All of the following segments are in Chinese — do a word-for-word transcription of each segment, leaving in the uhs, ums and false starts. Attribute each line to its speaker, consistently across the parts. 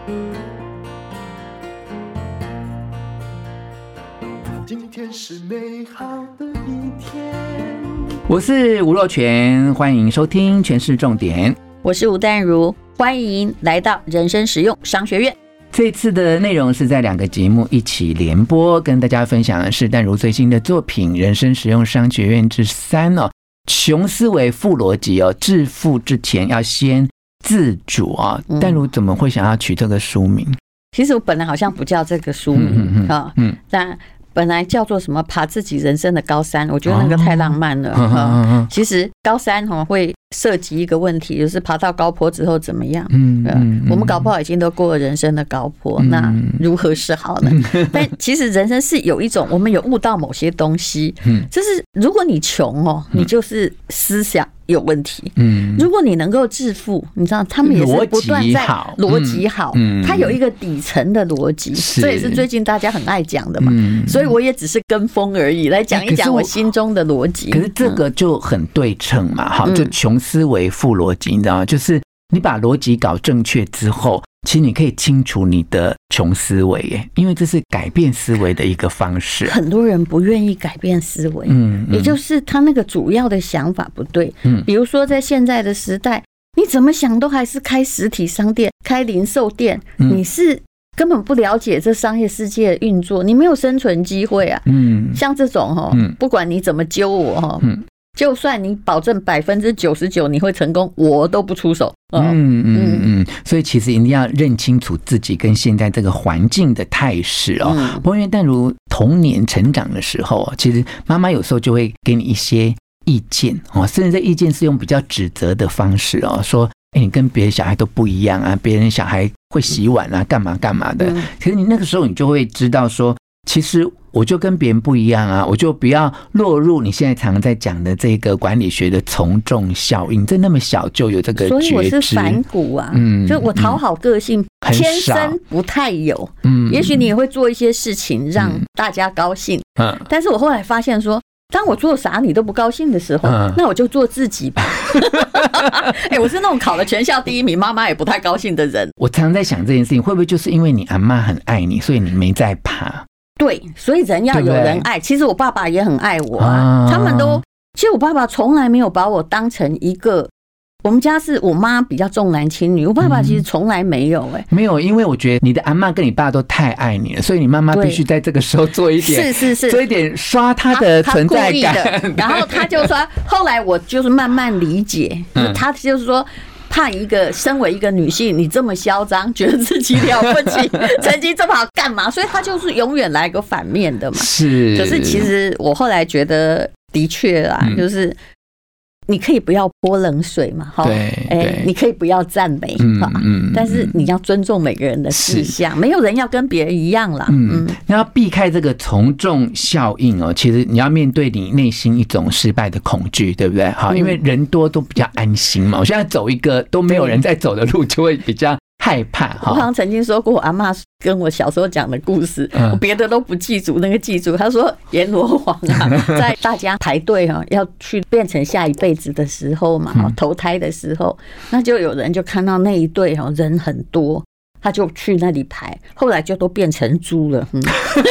Speaker 1: 今天是美好的一天。
Speaker 2: 我是吴若权，欢迎收听《权式重点》。
Speaker 3: 我是吴淡如，欢迎来到人生实用商学院。
Speaker 2: 这次的内容是在两个节目一起联播，跟大家分享的是淡如最新的作品《人生实用商学院之三》哦，穷思维富逻辑哦，致富之前要先自主啊、哦。淡如怎么会想要取这个书名？
Speaker 3: 其实我本来好像不叫这个书名啊，嗯，但本来叫做什么爬自己人生的高山，我觉得那个太浪漫了。哦嗯、其实高山会涉及一个问题，就是爬到高坡之后怎么样？嗯，嗯我们搞不好已经都过了人生的高坡，嗯、那如何是好呢？嗯、但其实人生是有一种，我们有悟到某些东西，嗯，就是如果你穷哦，你就是思想有问题。嗯，如果你能够致富，你知道他们也是不断在逻辑好，嗯，它有一个底层的逻辑，这也是最近大家很爱讲的嘛。嗯、所以我也只是跟风而已，来讲一讲我心中的逻辑。
Speaker 2: 可是这个就很对称嘛，好，就穷思维富逻辑，你知道吗？就是你把逻辑搞正确之后，其实你可以清除你的穷思维耶，因为这是改变思维的一个方式。
Speaker 3: 很多人不愿意改变思维，嗯，也就是他那个主要的想法不对。嗯，比如说在现在的时代，你怎么想都还是开实体商店、开零售店，嗯、你是根本不了解这商业世界的运作，你没有生存机会啊。嗯，像这种哈，不管你怎么揪我哈，嗯。就算你保证百分之九十九你会成功，我都不出手。
Speaker 2: 嗯嗯嗯，所以其实一定要认清楚自己跟现在这个环境的态势哦。嗯、不过因为淡如童年成长的时候，其实妈妈有时候就会给你一些意见哦，甚至这意见是用比较指责的方式哦，说哎、欸，你跟别的小孩都不一样啊，别人小孩会洗碗啊，干嘛干嘛的。嗯、可是你那个时候你就会知道说，其实我就跟别人不一样啊，我就不要落入你现在常在讲的这个管理学的从众效应，这那么小就有这个觉知，
Speaker 3: 所以我是反骨啊，嗯，就我讨好个性、嗯、天生不太有，嗯，也许你也会做一些事情让大家高兴，嗯，但是我后来发现说，当我做啥你都不高兴的时候，嗯、那我就做自己吧。欸、我是那种考了全校第一名，妈妈也不太高兴的人。
Speaker 2: 我常常在想这件事情，会不会就是因为你阿嬷很爱你，所以你没在怕？
Speaker 3: 对，所以人要有人爱。其实我爸爸也很爱我啊，他们都，其实我爸爸从来没有把我当成一个，我们家是我妈比较重男轻女，我爸爸其实从来没有哎、欸
Speaker 2: 嗯，没有，因为我觉得你的阿嬷跟你爸都太爱你了，所以你妈妈必须在这个时候做一点，
Speaker 3: 是是是，
Speaker 2: 做一点刷他的存在感。
Speaker 3: 然后他就说，后来我就是慢慢理解，嗯、他就是说。怕一个身为一个女性，你这么嚣张，觉得自己了不起，成绩这么好，干嘛？所以他就是永远来个反面的嘛。是，可是其实我后来觉得，的确啦，嗯、就是你可以不要泼冷水嘛，哈，对，哎，你可以不要赞美，嗯嗯，但是你要尊重每个人的思想，没有人要跟别人一样啦，嗯，
Speaker 2: 你要避开这个从众效应哦。其实你要面对你内心一种失败的恐惧，对不对？好，因为人多都比较安心嘛。我现在走一个都没有人在走的路，就会比较害怕。
Speaker 3: 我好像曾经说过，我阿嬷跟我小时候讲的故事，嗯、我别的都不记住，那个记住。他说阎罗王啊，在大家排队哈要去变成下一辈子的时候嘛，嗯、投胎的时候，那就有人就看到那一队哈人很多，他就去那里排，后来就都变成猪了。嗯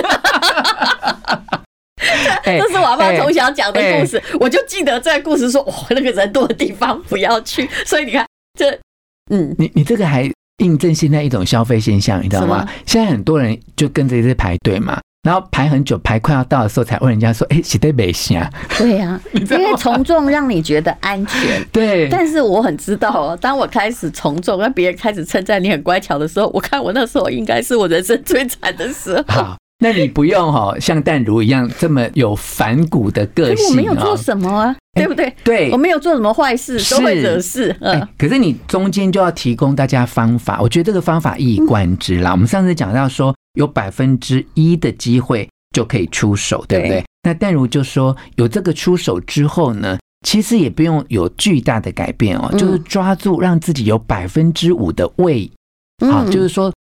Speaker 3: 这是我阿嬷从小讲的故事，欸欸、我就记得这个故事说，哇，那个人多的地方不要去。所以你看，这嗯，
Speaker 2: 你你这个还印证现在一种消费现象，你知道吗？现在很多人就跟着在排队嘛，然后排很久，排快要到的时候才问人家说：“哎、欸，是在买啥？”
Speaker 3: 对呀、啊，因为从众让你觉得安全。对，但是我很知道哦，当我开始从众，让别人开始称赞你很乖巧的时候，我看我那时候应该是我人生最惨的时候。
Speaker 2: 好，那你不用哈像淡如一样这么有反骨的个性，
Speaker 3: 我没有做什么啊。对不对？欸、对，我没有做什么坏事，都会惹事。嗯、欸，
Speaker 2: 可是你中间就要提供大家方法，我觉得这个方法一以贯之啦。嗯、我们上次讲到说，有百分之一的机会就可以出手，对不对？对，那淡如就说，有这个出手之后呢，其实也不用有巨大的改变哦，嗯、就是抓住让自己有百分之五的位，好、嗯，就是说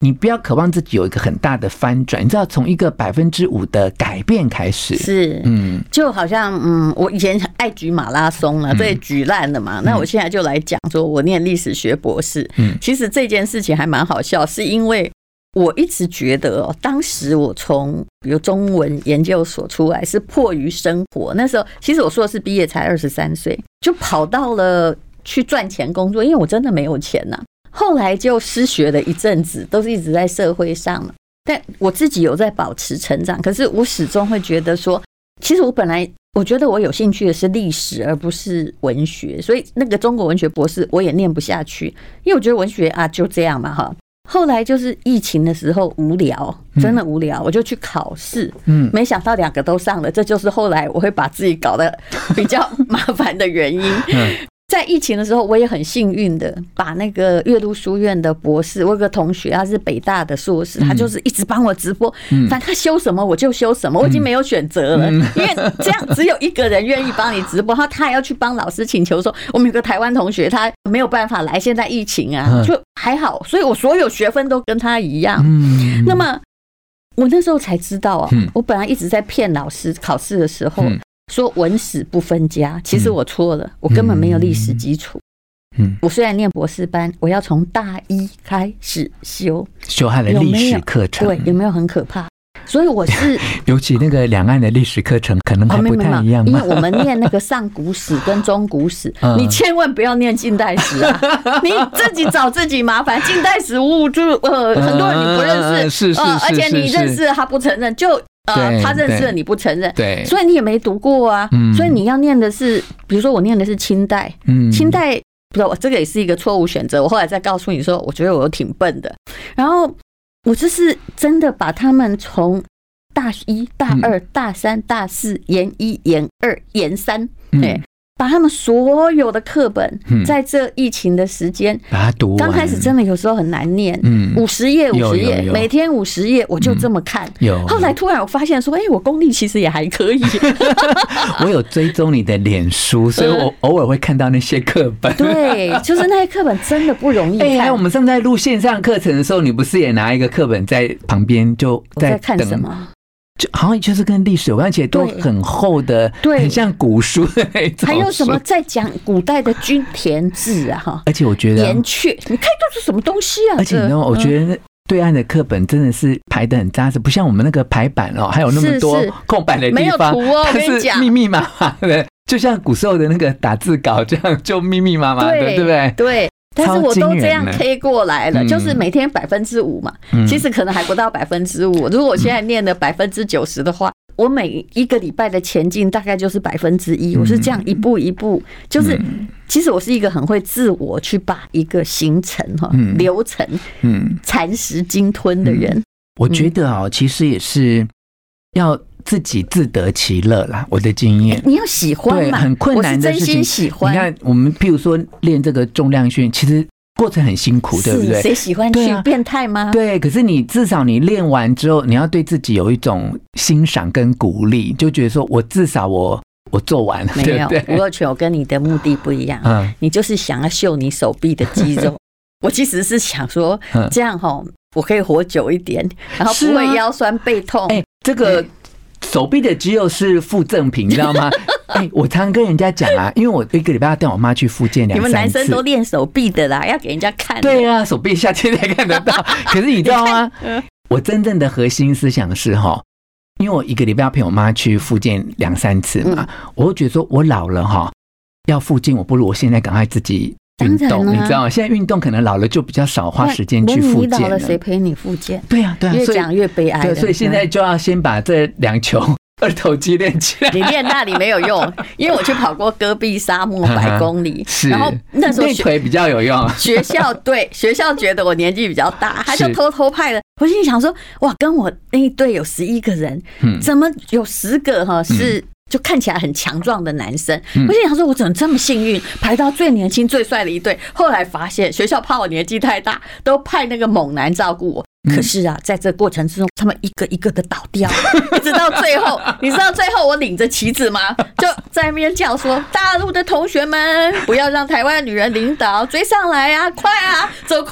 Speaker 2: 你不要渴望自己有一个很大的翻转，你知道从一个百分之五的改变开始，
Speaker 3: 是，嗯，就好像嗯，我以前爱举马拉松了，这也举烂了嘛。那我现在就来讲说，我念历史学博士，嗯，其实这件事情还蛮好笑，是因为我一直觉得哦，当时我从比如中文研究所出来是迫于生活，那时候其实我硕士毕业才二十三岁，就跑到了去赚钱工作，因为我真的没有钱呐、啊。后来就失学了一阵子，都是一直在社会上了。但我自己有在保持成长，可是我始终会觉得说，其实我本来我觉得我有兴趣的是历史，而不是文学，所以那个中国文学博士我也念不下去，因为我觉得文学啊就这样嘛哈。后来就是疫情的时候无聊，真的无聊，我就去考试，嗯，没想到两个都上了，这就是后来我会把自己搞得比较麻烦的原因。在疫情的时候，我也很幸运的把那个岳麓书院的博士，我有个同学他是北大的硕士，他就是一直帮我直播，反正他修什么我就修什么，我已经没有选择了，因为这样只有一个人愿意帮你直播，他他还要去帮老师请求说，我们有个台湾同学他没有办法来，现在疫情啊，就还好，所以我所有学分都跟他一样。那么我那时候才知道啊，我本来一直在骗老师，考试的时候说文史不分家，其实我错了，我根本没有历史基础。嗯，我虽然念博士班，我要从大一开始修，
Speaker 2: 修他的历史课程，
Speaker 3: 对，有没有很可怕？所以我是，
Speaker 2: 尤其那个两岸的历史课程可能还不太一样、哦，
Speaker 3: 因为我们念那个上古史跟中古史，嗯、你千万不要念近代史啊，你自己找自己麻烦。近代史物就呃很多人你不认识，
Speaker 2: 嗯、是是是
Speaker 3: 呃，而且你认识了他不承认，就呃他认识了你不承认，对，所以你也没读过啊，嗯、所以你要念的是，比如说我念的是清代，嗯，清代不是，这个也是一个错误选择。我后来再告诉你说，我觉得我挺笨的，然后。我就是真的把他们从大一、大二、大三、大四、研一、研二、研三，对，把他们所有的课本，在这疫情的时间把它读完。刚开始真的有时候很难念，五十页、五十页，每天五十页，我就这么看。有。后来突然我发现说，哎，我功力其实也还可以。
Speaker 2: 我有追踪你的脸书，所以我偶尔会看到那些课本。
Speaker 3: 对，就是那些课本真的不容易看。
Speaker 2: 哎，还有我们上次在录线上课程的时候，你不是也拿一个课本在旁边就在
Speaker 3: 在看什么？
Speaker 2: 就好像就是跟历史有关，而且都很厚的，对，很像古书的那种。
Speaker 3: 还有什么在讲古代的均田制啊？哈，
Speaker 2: 而且我觉得
Speaker 3: 岩雀，你看这是什么东西啊？
Speaker 2: 而且你知道，我觉得对岸的课本真的是排得很扎实，不像我们那个排版哦，还有那么多空白的地方，
Speaker 3: 没有图哦，我跟你讲，
Speaker 2: 密密麻麻的，就像古时候的那个打字稿这样，就密密麻麻的，对不对？
Speaker 3: 对。但是我都这样 K 过来了，就是每天百分之五嘛，其实可能还不到百分之五。如果我现在念了百分之九十的话，我每一个礼拜的前进大概就是百分之一。我是这样一步一步，就是其实我是一个很会自我去把一个行程哈流程蚕食鲸吞的人。
Speaker 2: 我觉得啊，其实也是要自己自得其乐啦，我的经验。
Speaker 3: 你要喜欢嘛，
Speaker 2: 对，很困难的事情。
Speaker 3: 我是真心喜欢。
Speaker 2: 你看，我们譬如说练这个重量训，其实过程很辛苦，对不对？
Speaker 3: 谁喜欢去？变态吗？
Speaker 2: 对，可是你至少你练完之后，你要对自己有一种欣赏跟鼓励，就觉得说我至少我我做完了。
Speaker 3: 没有，吴若权，我跟你的目的不一样。嗯，你就是想要秀你手臂的肌肉。我其实是想说，这样哈，我可以活久一点，然后不会腰酸背痛。
Speaker 2: 哎，这个。手臂的肌肉是附赠品，你知道吗？哎、欸，我常常跟人家讲啊，因为我一个礼拜要带我妈去复健两三次。
Speaker 3: 你们男生都练手臂的啦，要给人家看。
Speaker 2: 对啊，手臂夏天才看得到。可是你知道吗？我真正的核心思想是哈，因为我一个礼拜要陪我妈去复健两三次嘛，嗯、我会觉得说我老了哈，要复健，我不如我现在赶快自己。运动，你知道吗？现在运动可能老了就比较少花时间去复健了。
Speaker 3: 你老了谁陪你复健？
Speaker 2: 对啊，对啊，
Speaker 3: 越讲越悲哀。
Speaker 2: 对，所以现在就要先把这两球二头肌练起来。
Speaker 3: 你练那里没有用，因为我去跑过戈壁沙漠百公里，然后那时候
Speaker 2: 练腿比较有用。
Speaker 3: 学校对学校觉得我年纪比较大，他就偷偷派了。我心里想说，哇，跟我那一队有十一个人，怎么有十个哈是？就看起来很强壮的男生，我心想说，我怎么这么幸运排到最年轻最帅的一队？后来发现学校怕我年纪太大，都派那个猛男照顾我。可是啊，在这过程之中，他们一个一个的倒掉，一直到最后，你知道最后我领着旗子吗？就在那边叫说：“大陆的同学们，不要让台湾女人领导，追上来啊，快啊，走快一点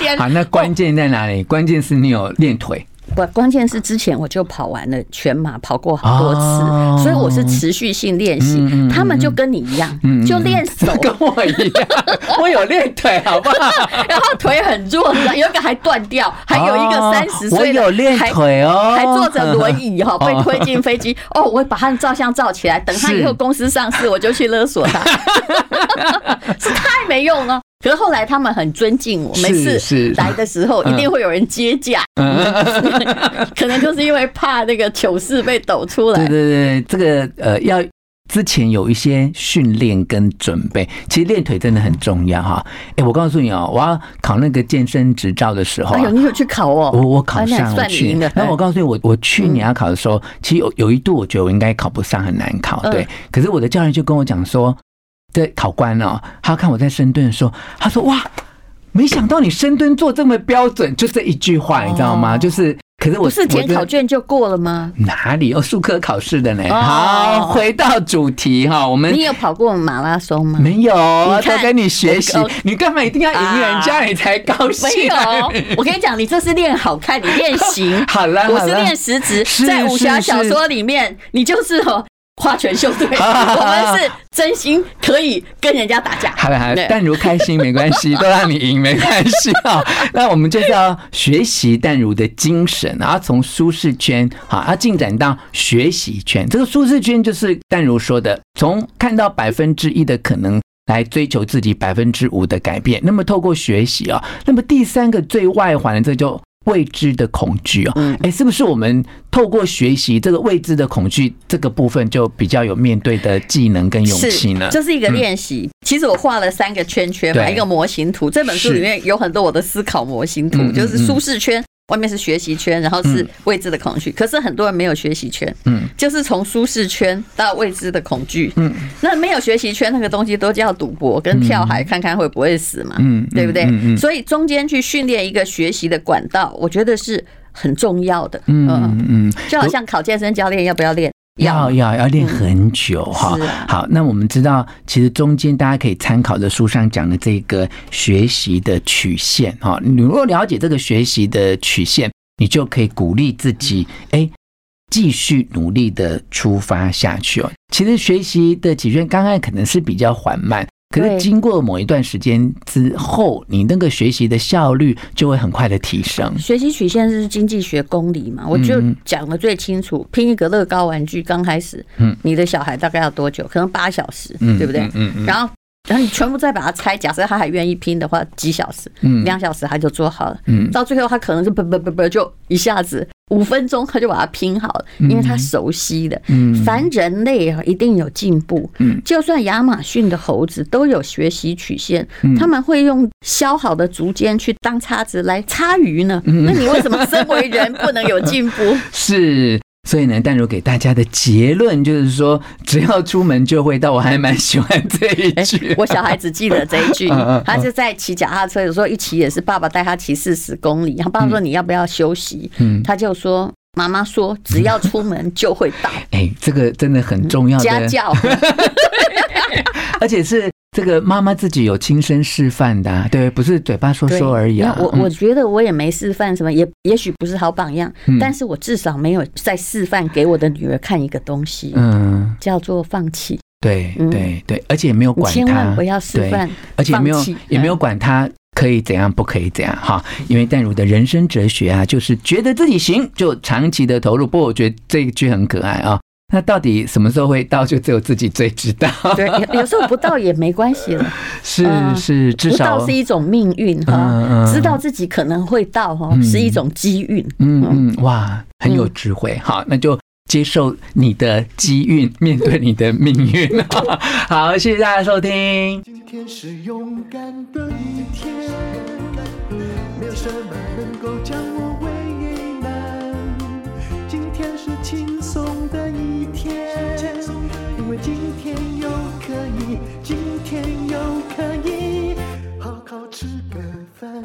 Speaker 3: 天。
Speaker 2: 好，那关键在哪里？关键是你有练腿。
Speaker 3: 不，关键是之前我就跑完了全马，跑过好多次，哦、所以我是持续性练习。嗯嗯嗯、他们就跟你一样，嗯嗯、就练手，
Speaker 2: 跟我一样，我有练腿，好不好？
Speaker 3: 然后腿很弱，有一个还断掉，还有一个三十岁的，
Speaker 2: 我有练腿哦，
Speaker 3: 还坐着轮椅哈，被推进飞机。哦，我把他照相照起来，等他以后公司上市，我就去勒索他，是太没用了。可是后来他们很尊敬我，每次来的时候一定会有人接驾，可能就是因为怕那个糗事被抖出来。
Speaker 2: 对对对，这个呃要之前有一些训练跟准备，其实练腿真的很重要哈。哎，我告诉你哦，我要考那个健身执照的时候、啊，
Speaker 3: 哎呦，你有去考哦？
Speaker 2: 我我考上我去，那我告诉你，我我去年要考的时候，其实有有一度我觉得我应该考不上，很难考，对。可是我的教练就跟我讲说。这考官哦，他看我在深蹲的时候，他说：“哇，没想到你深蹲做这么标准。”就这一句话，你知道吗？就是，可是我
Speaker 3: 不是填考卷就过了吗？
Speaker 2: 哪里有术科考试的呢？哦、好，回到主题哈，我们
Speaker 3: 你有跑过马拉松吗？
Speaker 2: 没有，都跟你学习。你干嘛一定要赢人家、啊、你才高兴？
Speaker 3: 没有，我跟你讲，你这是练好看，你练形。
Speaker 2: 好了，
Speaker 3: 我是练实质。在武侠小说里面，你就是哦。花拳绣腿，我们是真心可以跟人家打架。
Speaker 2: 好了好了，淡如开心没关系，都让你赢没关系啊。那我们就是要学习淡如的精神，然后从舒适圈好，要进展到学习圈。这个舒适圈就是淡如说的，从看到百分之一的可能。来追求自己百分之五的改变。那么透过学习啊，那么第三个最外环的这就未知的恐惧哦，哎、欸，是不是我们透过学习这个未知的恐惧这个部分，就比较有面对的技能跟勇气呢？
Speaker 3: 这是一个练习。嗯、其实我画了三个圈圈嘛，一个模型图。这本书里面有很多我的思考模型图，就是舒适圈。外面是学习圈，然后是未知的恐惧、嗯。可是很多人没有学习圈，嗯，就是从舒适圈到未知的恐惧，嗯，那没有学习圈那个东西都叫赌博跟跳海，看看会不会死嘛，嗯，对不对？嗯嗯嗯、所以中间去训练一个学习的管道，我觉得是很重要的，嗯嗯嗯，就好像考健身教练要不要练？
Speaker 2: 要要要练很久哈、嗯啊。好，那我们知道，其实中间大家可以参考的书上讲的这个学习的曲线哈。你如果了解这个学习的曲线，你就可以鼓励自己，哎，继续努力的出发下去哦。其实学习的曲线刚开始可能是比较缓慢。可是经过某一段时间之后，你那个学习的效率就会很快的提升。
Speaker 3: 学习曲线是经济学公理嘛，我就讲得最清楚。拼一个乐高玩具刚开始，你的小孩大概要多久？可能八小时，对不对？然后然后你全部再把它拆，假设他还愿意拼的话，几小时，两小时他就做好了。到最后他可能是不不不不就一下子五分钟他就把它拼好了，因为他熟悉的。凡人类啊，一定有进步。就算亚马逊的猴子都有学习曲线，他们会用削好的竹尖去当叉子来叉鱼呢。那你为什么身为人不能有进步？
Speaker 2: 是。所以呢，淡如给大家的结论就是说，只要出门就会到。我还蛮喜欢这一句、欸，
Speaker 3: 我小孩子记得这一句，他就在骑脚踏车，有时候一骑也是爸爸带他骑四十公里，他爸爸说你要不要休息？嗯、他就说妈妈说只要出门就会到。
Speaker 2: 哎、欸，这个真的很重要的
Speaker 3: 家教，
Speaker 2: 而且是。这个妈妈自己有亲身示范的、啊，对，不是嘴巴说说而已啊。
Speaker 3: 我我觉得我也没示范什么，也也许不是好榜样、嗯，但是我至少没有在示范给我的女儿看一个东西，嗯，叫做放弃。
Speaker 2: 对对对，而且也没有管她，
Speaker 3: 千万不要示范，
Speaker 2: 而且也没有也没有管她可以怎样，不可以怎样哈。因为淡如的人生哲学啊，就是觉得自己行就长期的投入。不过我觉得这一句很可爱啊。那到底什么时候会到，就只有自己最知道。
Speaker 3: 对，有时候不到也没关系了。
Speaker 2: 是是，至少
Speaker 3: 不到是一种命运哈、嗯嗯，知道自己可能会到哈、嗯，是一种机运。
Speaker 2: 嗯嗯，哇，很有智慧。嗯、好，那就接受你的机运，面对你的命运。好，谢谢大家收听。
Speaker 1: 今天是勇敢的一天，没有什么能够将我为难。今天是轻松的一天，因为今天又可以，今天又可以好好吃个饭，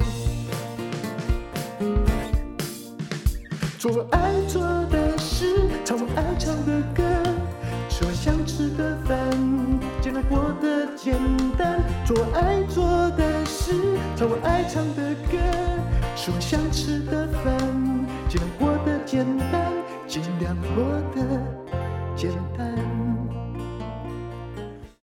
Speaker 1: 做我爱做的事，唱我爱唱的歌，吃我想吃的饭，尽量过得简单，做我爱做的事。 事，唱我爱唱的歌，吃我想吃的饭，尽量过得简单，尽量过得简单。